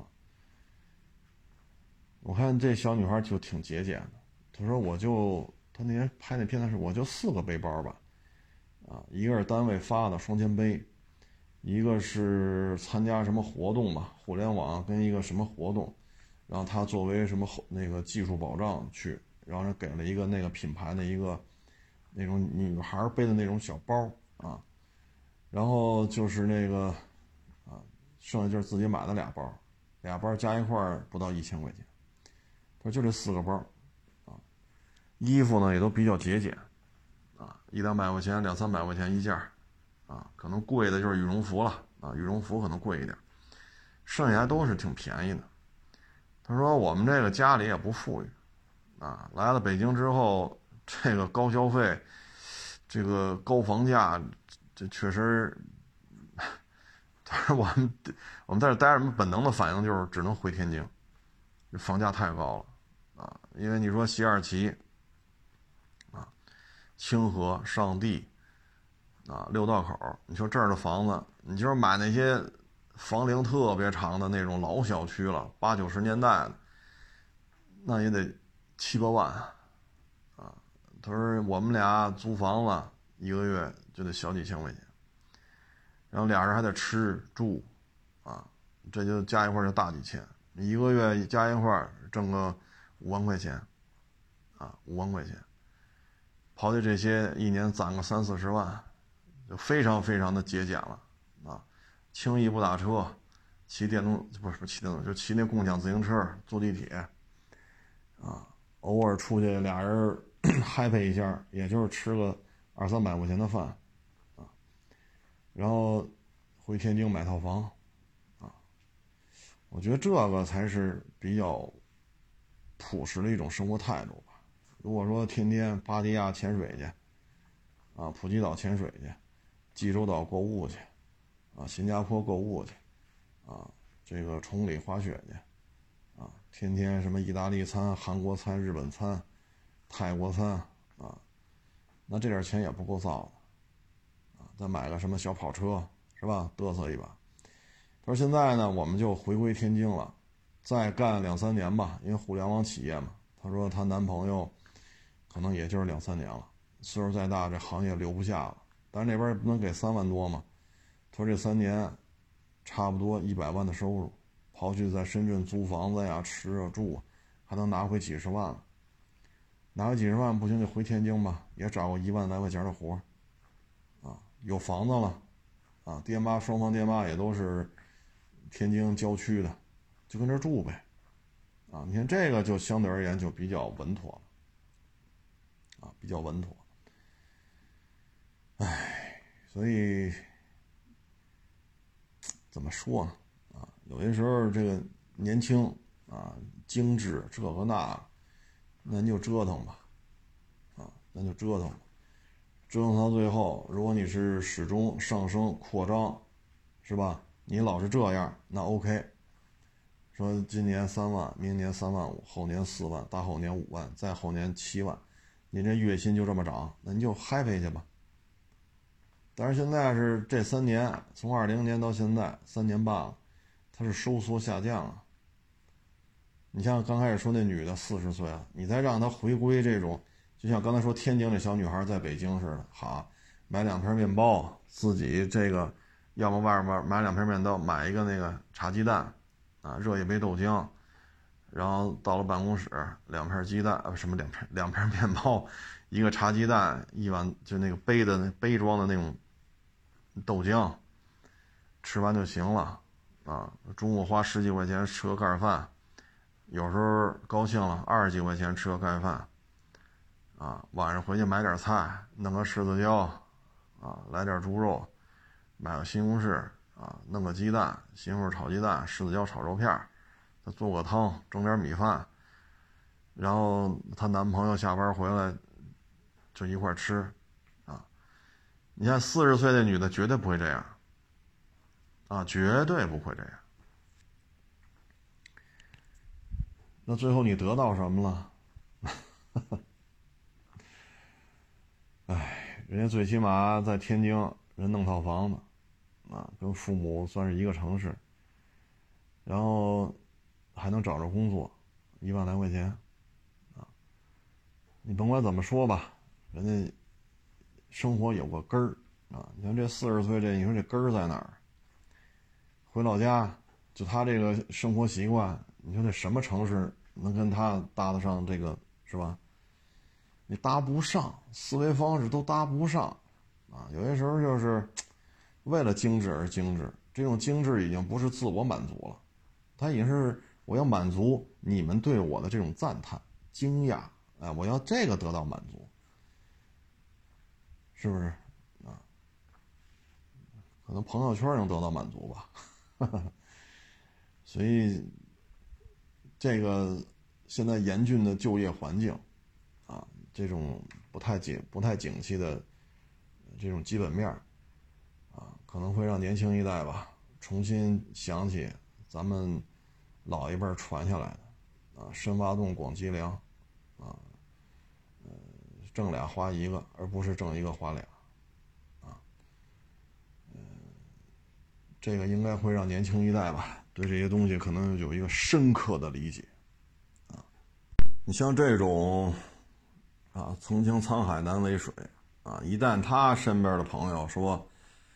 我看这小女孩就挺节俭的，她说我就她那天拍那片子是我就四个背包吧，啊，一个是单位发的双肩背，一个是参加什么活动吧，互联网跟一个什么活动，然后她作为什么那个技术保障去，然后人给了一个那个品牌的一个那种女孩背的那种小包啊，然后就是那个啊，剩下就是自己买的俩包，俩包加一块不到一千块钱。他说就这四个包啊，衣服呢也都比较节俭啊，一两百块钱两三百块钱一件啊，可能贵的就是羽绒服了啊，羽绒服可能贵一点，剩下都是挺便宜的。他说我们这个家里也不富裕啊，来了北京之后，这个高消费，这个高房价，这确实，他说我们我们在这待着，本能的反应就是只能回天津，这房价太高了啊！因为你说西二旗啊、清河、上地啊、六道口，你说这儿的房子，你就是买那些房龄特别长的那种老小区了，八九十年代的，那也得七八万啊。他说我们俩租房子一个月就得小几千块钱，然后俩人还得吃住啊，这就加一块就大几千，一个月加一块挣个五万块钱啊，五万块钱，刨去这些，一年攒个三四十万，就非常非常的节俭了啊！轻易不打车，骑电动不是骑电动，就骑那共享自行车，坐地铁啊，偶尔出去俩人happy 一下，也就是吃个二三百块钱的饭啊，然后回天津买套房啊，我觉得这个才是比较朴实的一种生活态度吧。如果说天天巴堤亚潜水去啊，普吉岛潜水去，济州岛购物去啊，新加坡购物去啊，这个崇礼滑雪去啊，天天什么意大利餐、韩国餐、日本餐、泰国餐啊，那这点钱也不够造的啊，再买个什么小跑车是吧，嘚瑟一把。他说现在呢，我们就回归天津了，再干两三年吧，因为互联网企业嘛。他说她男朋友可能也就是两三年了，岁数再大，这行业留不下了。但是那边不能给三万多嘛？他说这三年差不多一百万的收入，刨去在深圳租房子呀、吃啊、住，还能拿回几十万了。拿回几十万不行就回天津吧，也找个一万来块钱的活啊，有房子了啊，爹妈双方爹妈也都是天津郊区的，就跟这住呗啊。你看这个就相对而言就比较稳妥了啊，比较稳妥。唉，所以怎么说呢？啊，有些时候这个年轻啊，精致这个那，那你就折腾吧，啊，那就折腾吧，折腾到最后，如果你是始终上升扩张，是吧？你老是这样，那 OK。说今年三万，明年三万五，后年四万，大后年五万，再后年七万，你这月薪就这么涨，那你就 happy 去吧。但是现在是这三年，从二零年到现在三年半了，它是收缩下降啊。你像刚开始说那女的四十岁了，你再让她回归这种，就像刚才说天津这小女孩在北京似的，好，买两片面包，自己这个要么外面买两片面包，买一个那个茶鸡蛋，啊，热一杯豆浆，然后到了办公室，两片鸡蛋，呃，什么两片两片面包，一个茶鸡蛋，一碗就那个杯的杯装的那种豆浆，吃完就行了啊。中午花十几块钱吃个盖饭，有时候高兴了二十几块钱吃个盖饭啊。晚上回去买点菜，弄个柿子椒啊，来点猪肉，买个西红柿啊，弄个鸡蛋，西红柿炒鸡蛋，柿子椒炒肉片，再做个汤，蒸点米饭，然后她男朋友下班回来就一块吃啊。你看四十岁的女的绝对不会这样啊，绝对不会这样。那最后你得到什么了？哎，人家最起码在天津人弄套房子，啊，跟父母算是一个城市，然后还能找着工作，一万来块钱，啊，你甭管怎么说吧，人家生活有个根儿啊。你看这四十岁这，你说这根儿在哪儿？回老家，就他这个生活习惯，你说这什么城市能跟他搭得上这个，是吧？你搭不上，思维方式都搭不上，啊，有些时候就是为了精致而精致，这种精致已经不是自我满足了，它已经是我要满足你们对我的这种赞叹、惊讶，哎，我要这个得到满足，是不是啊？可能朋友圈能得到满足吧，所以这个现在严峻的就业环境，啊，这种不太景不太景气的这种基本面，啊，可能会让年轻一代吧重新想起咱们老一辈传下来的，啊，深挖洞广积粮，啊，呃，挣俩花一个，而不是挣一个花俩，啊，嗯，这个应该会让年轻一代吧对这些东西可能有一个深刻的理解，啊，你像这种，啊，曾经沧海难为水，啊，一旦他身边的朋友说，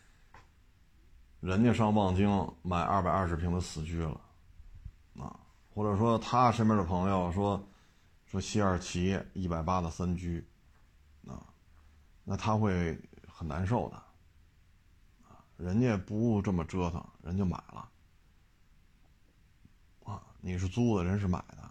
人家上望京买二百二十平的四居了，啊，或者说他身边的朋友说，说西二旗一百八的三居，啊，那他会很难受的，啊，人家不这么折腾，人就买了，啊，你是租的，人是买的，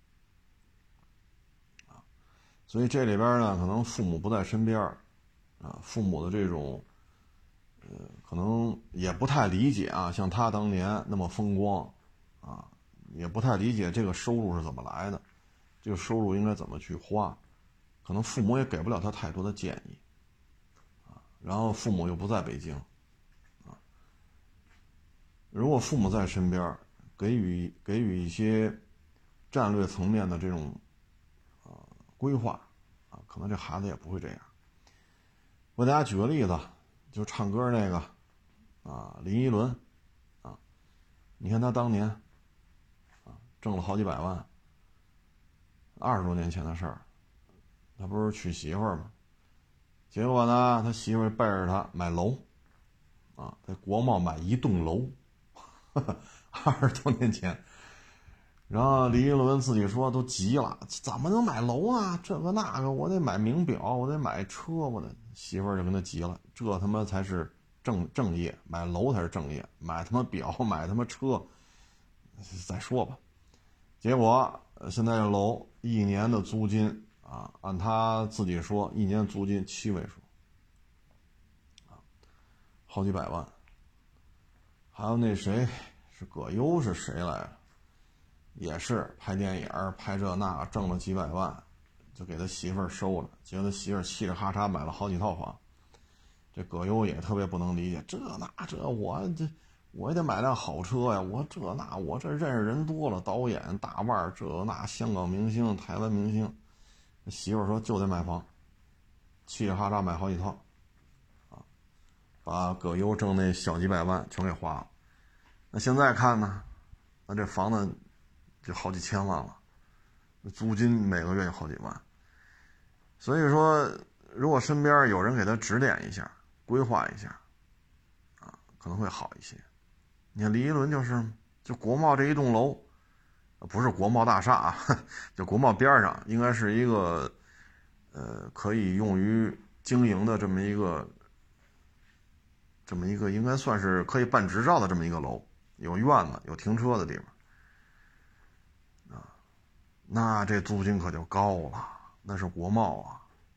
啊，所以这里边呢，可能父母不在身边，啊，父母的这种。呃，可能也不太理解啊，像他当年那么风光，啊，也不太理解这个收入是怎么来的，这个收入应该怎么去花，可能父母也给不了他太多的建议，啊，然后父母又不在北京，啊，如果父母在身边，给予给予一些战略层面的这种啊、呃、规划，啊，可能这孩子也不会这样。我给大家举个例子。就唱歌那个啊，林依轮啊，你看他当年啊挣了好几百万，二十多年前的事儿，他不是娶媳妇儿吗？结果呢，他媳妇儿背着他买楼啊，在国贸买一栋楼，二十多年前。然后林依轮自己说都急了，怎么能买楼啊？这个那个，我得买名表，我得买车，我得。媳妇儿就跟他急了，这他妈才是正正业，买楼才是正业，买他妈表，买他妈车，再说吧。结果现在楼一年的租金啊，按他自己说，一年租金七位数，啊，好几百万。还有那谁是葛优是谁来着？也是拍电影拍这那挣了几百万，就给他媳妇儿收了，结果他媳妇儿气着哈嚓买了好几套房。这葛优也特别不能理解，这那这我这我也得买辆好车呀，我这那我这认识人多了，导演大腕这那香港明星台湾明星，媳妇儿说就得买房，气着哈嚓买好几套，啊，把葛优挣那小几百万全给花了。那现在看呢，那这房子就好几千万了，租金每个月有好几万。所以说如果身边有人给他指点一下，规划一下，啊，可能会好一些。你看李一伦就是，就国贸这一栋楼，不是国贸大厦啊，就国贸边上，应该是一个，呃，可以用于经营的这么一个，这么一个应该算是可以办执照的这么一个楼，有院子，有停车的地方，啊，那这租金可就高了，那是国贸啊。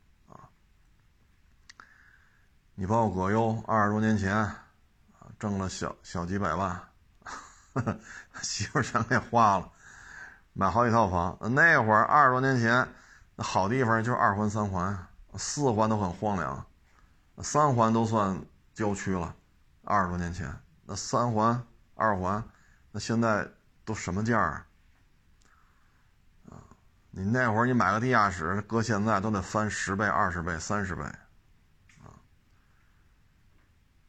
你包括葛优二十多年前，挣了小小几百万，呵呵，媳妇儿全给花了，买好几套房。那会儿二十多年前，那好地方就是二环三环，四环都很荒凉，三环都算郊区了。二十多年前，那三环、二环，那现在都什么价啊？啊，你那会儿你买个地下室，搁现在都得翻十倍、二十倍、三十倍。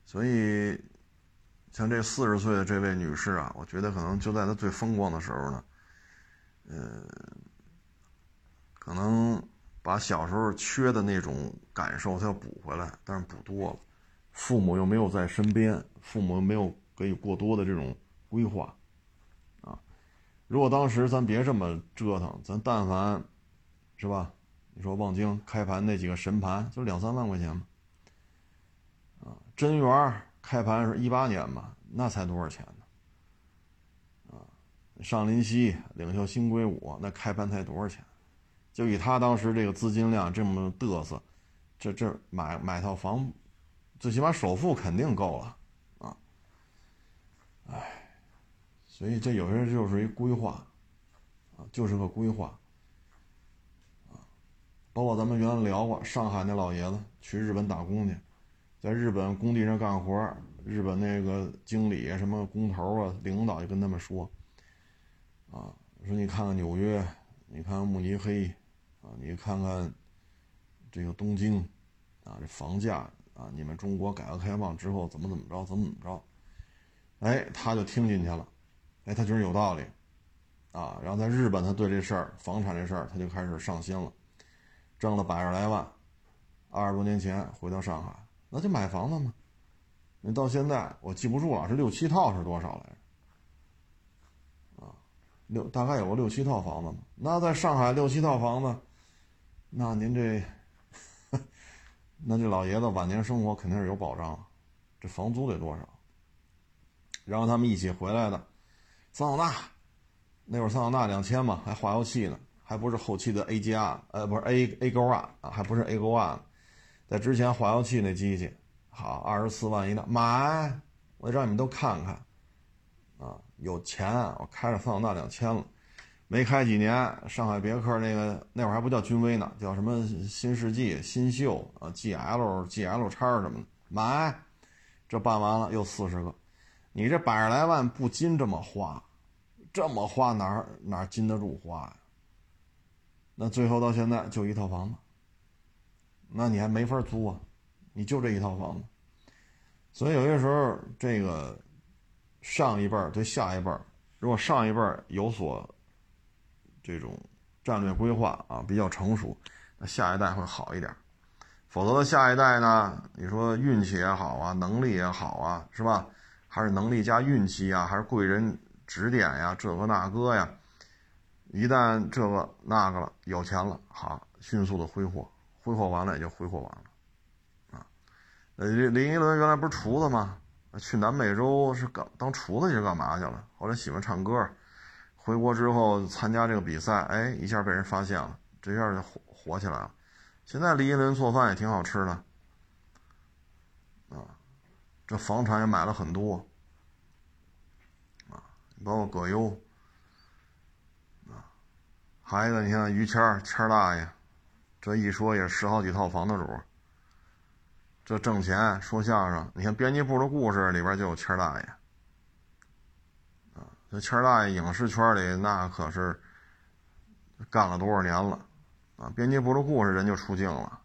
所以像这四十岁的这位女士啊，我觉得可能就在她最风光的时候呢，呃，可能把小时候缺的那种感受她要补回来，但是补多了，父母又没有在身边，父母又没有给予过多的这种规划啊。如果当时咱别这么折腾，咱但凡是吧，你说望京开盘那几个神盘就两三万块钱嘛，啊，真源开盘是一八年吧，那才多少钱呢？啊，上林溪、领袖新硅谷那开盘才多少钱？就以他当时这个资金量这么嘚瑟，这这买买套房，最起码首付肯定够了啊！哎，所以这有些人就是一规划啊，就是个规划啊。包括咱们原来聊过，上海那老爷子去日本打工去，在日本工地上干活，日本那个经理什么工头啊，领导就跟他们说啊，说你看看纽约，你看看慕尼黑啊，你看看这个东京啊，这房价啊，你们中国改革开放之后怎么怎么着，怎么怎么着，哎，他就听进去了，哎，他觉得有道理啊，然后在日本他对这事儿房产这事儿他就开始上心了，挣了百十来万，二十多年前回到上海，那就买房子嘛。你到现在我记不住了，是六七套是多少来着？啊，六大概有个六七套房子嘛。那在上海六七套房子，那您这，那这老爷子晚年生活肯定是有保障，这房租得多少？然后他们一起回来的，桑塔纳，那会儿桑塔纳两千嘛，还化油器呢，还不是后期的 A G R， 呃，不是 A A 勾 R 啊，还不是 A 勾 R， 在之前化油器那机器，好，二十四万一辆，买，我让你们都看看，啊，有钱，我开着桑塔纳两千了，没开几年，上海别克那个那会儿还不叫君威呢，叫什么新世纪、新秀啊 ，G L、G L 叉什么的，买，这办完了又四十个。你这百十来万不禁这么花，这么花哪哪禁得住花呀？那最后到现在就一套房子，那你还没法租啊，你就这一套房子。所以有些时候这个上一辈对下一辈，如果上一辈有所这种战略规划啊比较成熟，那下一代会好一点。否则的下一代呢，你说运气也好啊，能力也好啊，是吧？还是能力加运气啊，还是贵人指点呀，这个那个呀，一旦这个那个了，有钱了，好，迅速的挥霍，挥霍完了也就挥霍完了啊。呃，林依轮原来不是厨子吗？去南美洲是干当厨子去干嘛去了？后来喜欢唱歌，回国之后参加这个比赛，哎，一下被人发现了，这下就火火起来了。现在林依轮做饭也挺好吃的啊。这房产也买了很多啊，包括葛优啊，还有一个你看于谦谦大爷，这一说也十好几套房的主，这挣钱说相声，你看编辑部的故事里边就有谦大爷啊，这谦大爷影视圈里那可是干了多少年了啊，编辑部的故事人就出镜了。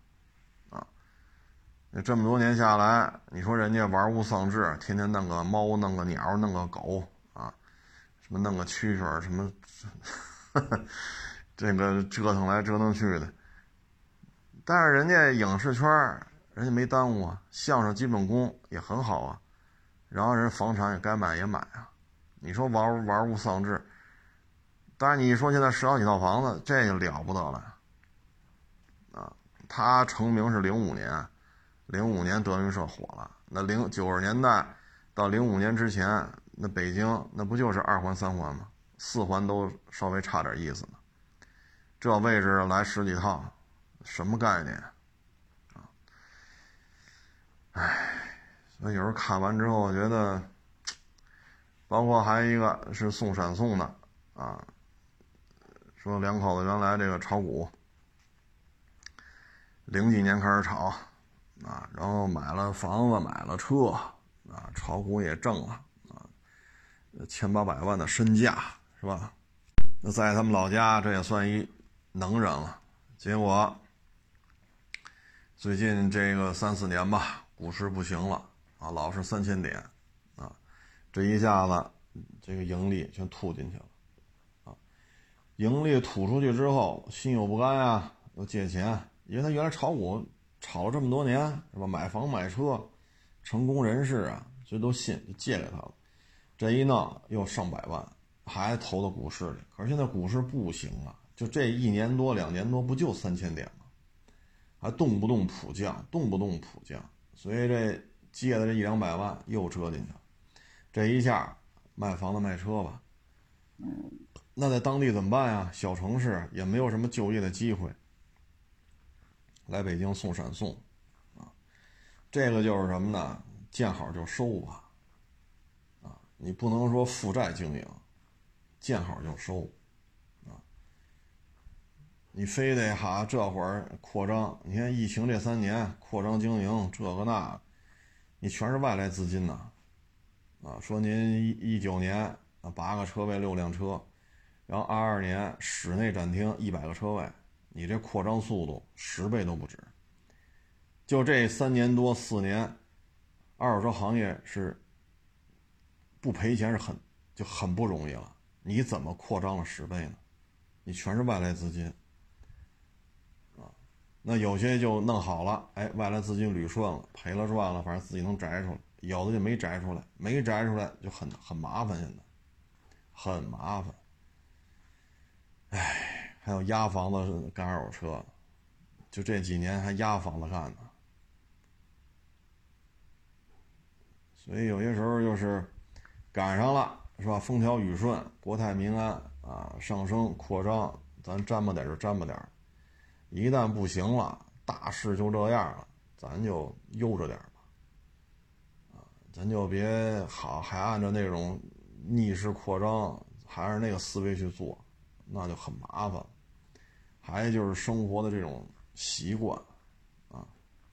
这么多年下来，你说人家玩物丧志，天天弄个猫，弄个鸟，弄个狗啊，什么弄个蛐蛐，什么呵呵这个折腾来折腾去的。但是人家影视圈人家没耽误啊，相声基本功也很好啊，然后人房产也该买也买啊。你说玩玩物丧志，当然你说现在十好几套房子，这就了不得了啊！他成名是零五年。零五年德云社火了，那零九十年代到零五年之前，那北京那不就是二环三环吗？四环都稍微差点意思呢。这位置来十几套，什么概念啊？唉，所以有时候看完之后，我觉得，包括还有一个是送闪送的啊，说两口子原来这个炒股，零几年开始炒。啊，然后买了房子，买了车，啊，炒股也挣了，啊，千八百万的身价是吧？那在他们老家这也算一能人了。结果最近这个三四年吧，股市不行了啊，老是三千点啊，这一下子这个盈利全吐进去了啊，盈利吐出去之后，心有不甘啊，又借钱，因为他原来炒股炒了这么多年是吧，买房买车，成功人士啊，这都信，就借给他了，这一弄又上百万，还投到股市里，可是现在股市不行啊，就这一年多两年多不就三千点吗？还动不动普降，动不动普降，所以这借的这一两百万又折进去了，这一下卖房子卖车吧，那在当地怎么办呀？小城市也没有什么就业的机会，来北京送闪送啊，这个就是什么呢？见好就收吧，啊，你不能说负债经营，见好就收。你非得哈这会儿扩张，你看疫情这三年扩张经营这个那，你全是外来资金呐，啊，说您一一九年啊八个车位六辆车，然后二二年室内展厅一百个车位，你这扩张速度十倍都不止。就这三年多四年，二手车行业是不赔钱是很就很不容易了，你怎么扩张了十倍呢？你全是外来资金。那有些就弄好了，哎，外来资金捋顺了，赔了赚了，反正自己能摘出来；有的就没摘出来，没摘出来就很很麻烦，现在很麻烦。哎，还有压房子干二手车，就这几年还压房子干呢。所以有些时候就是赶上了，是吧？风调雨顺，国泰民安啊，上升扩张，咱沾吧点就沾吧点。一旦不行了，大势就这样了，咱就悠着点吧，啊，咱就别好还按照那种逆势扩张，还是那个思维去做，那就很麻烦。还有就是生活的这种习惯，啊，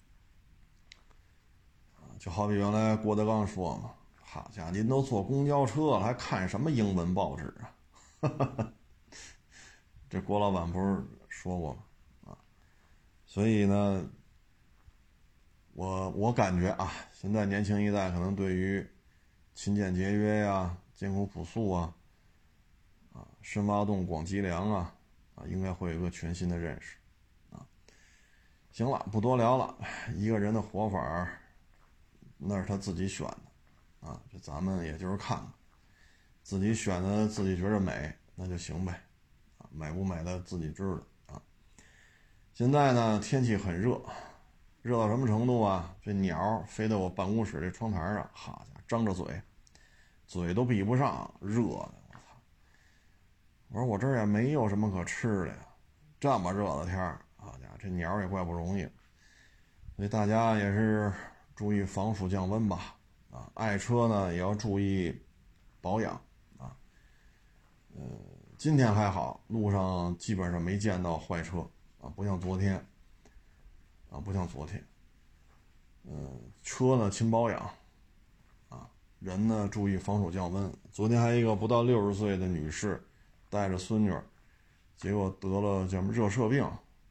就好比原来郭德纲说嘛，好家伙，您都坐公交车了，还看什么英文报纸啊？这郭老板不是说过吗？所以呢，我我感觉啊，现在年轻一代可能对于勤俭节约呀、艰苦朴素啊、啊深挖洞广积粮啊，啊应该会有一个全新的认识啊。行了，不多聊了，一个人的活法那是他自己选的啊，这咱们也就是看看，自己选的自己觉得美那就行呗，啊美不美的自己知道。现在呢，天气很热，热到什么程度啊？这鸟飞到我办公室这窗台上，好家伙，张着嘴，嘴都闭不上，热的我操！我说我这儿也没有什么可吃的呀，这么热的天儿，好家伙，这鸟也怪不容易。所以大家也是注意防暑降温吧，啊，爱车呢也要注意保养啊。呃，今天还好，路上基本上没见到坏车。啊，不像昨天，啊，不像昨天，嗯，车呢勤保养，啊，人呢注意防暑降温。昨天还有一个不到六十岁的女士，带着孙女，结果得了叫什么热射病，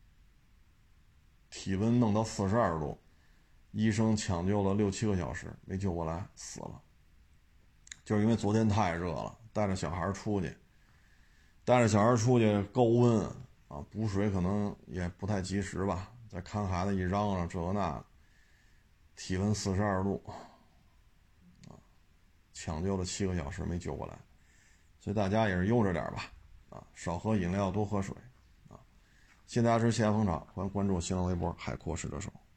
体温弄到四十二度，医生抢救了六七个小时没救过来，死了。就是因为昨天太热了，带着小孩出去，带着小孩出去高温。啊，补水可能也不太及时吧，再看孩子一嚷嚷这个那，体温四十二度，啊，抢救了七个小时没救过来，所以大家也是悠着点吧，啊，少喝饮料，多喝水，啊，谢谢大家支持谢谢捧场，欢迎关注新浪微博海阔试车手。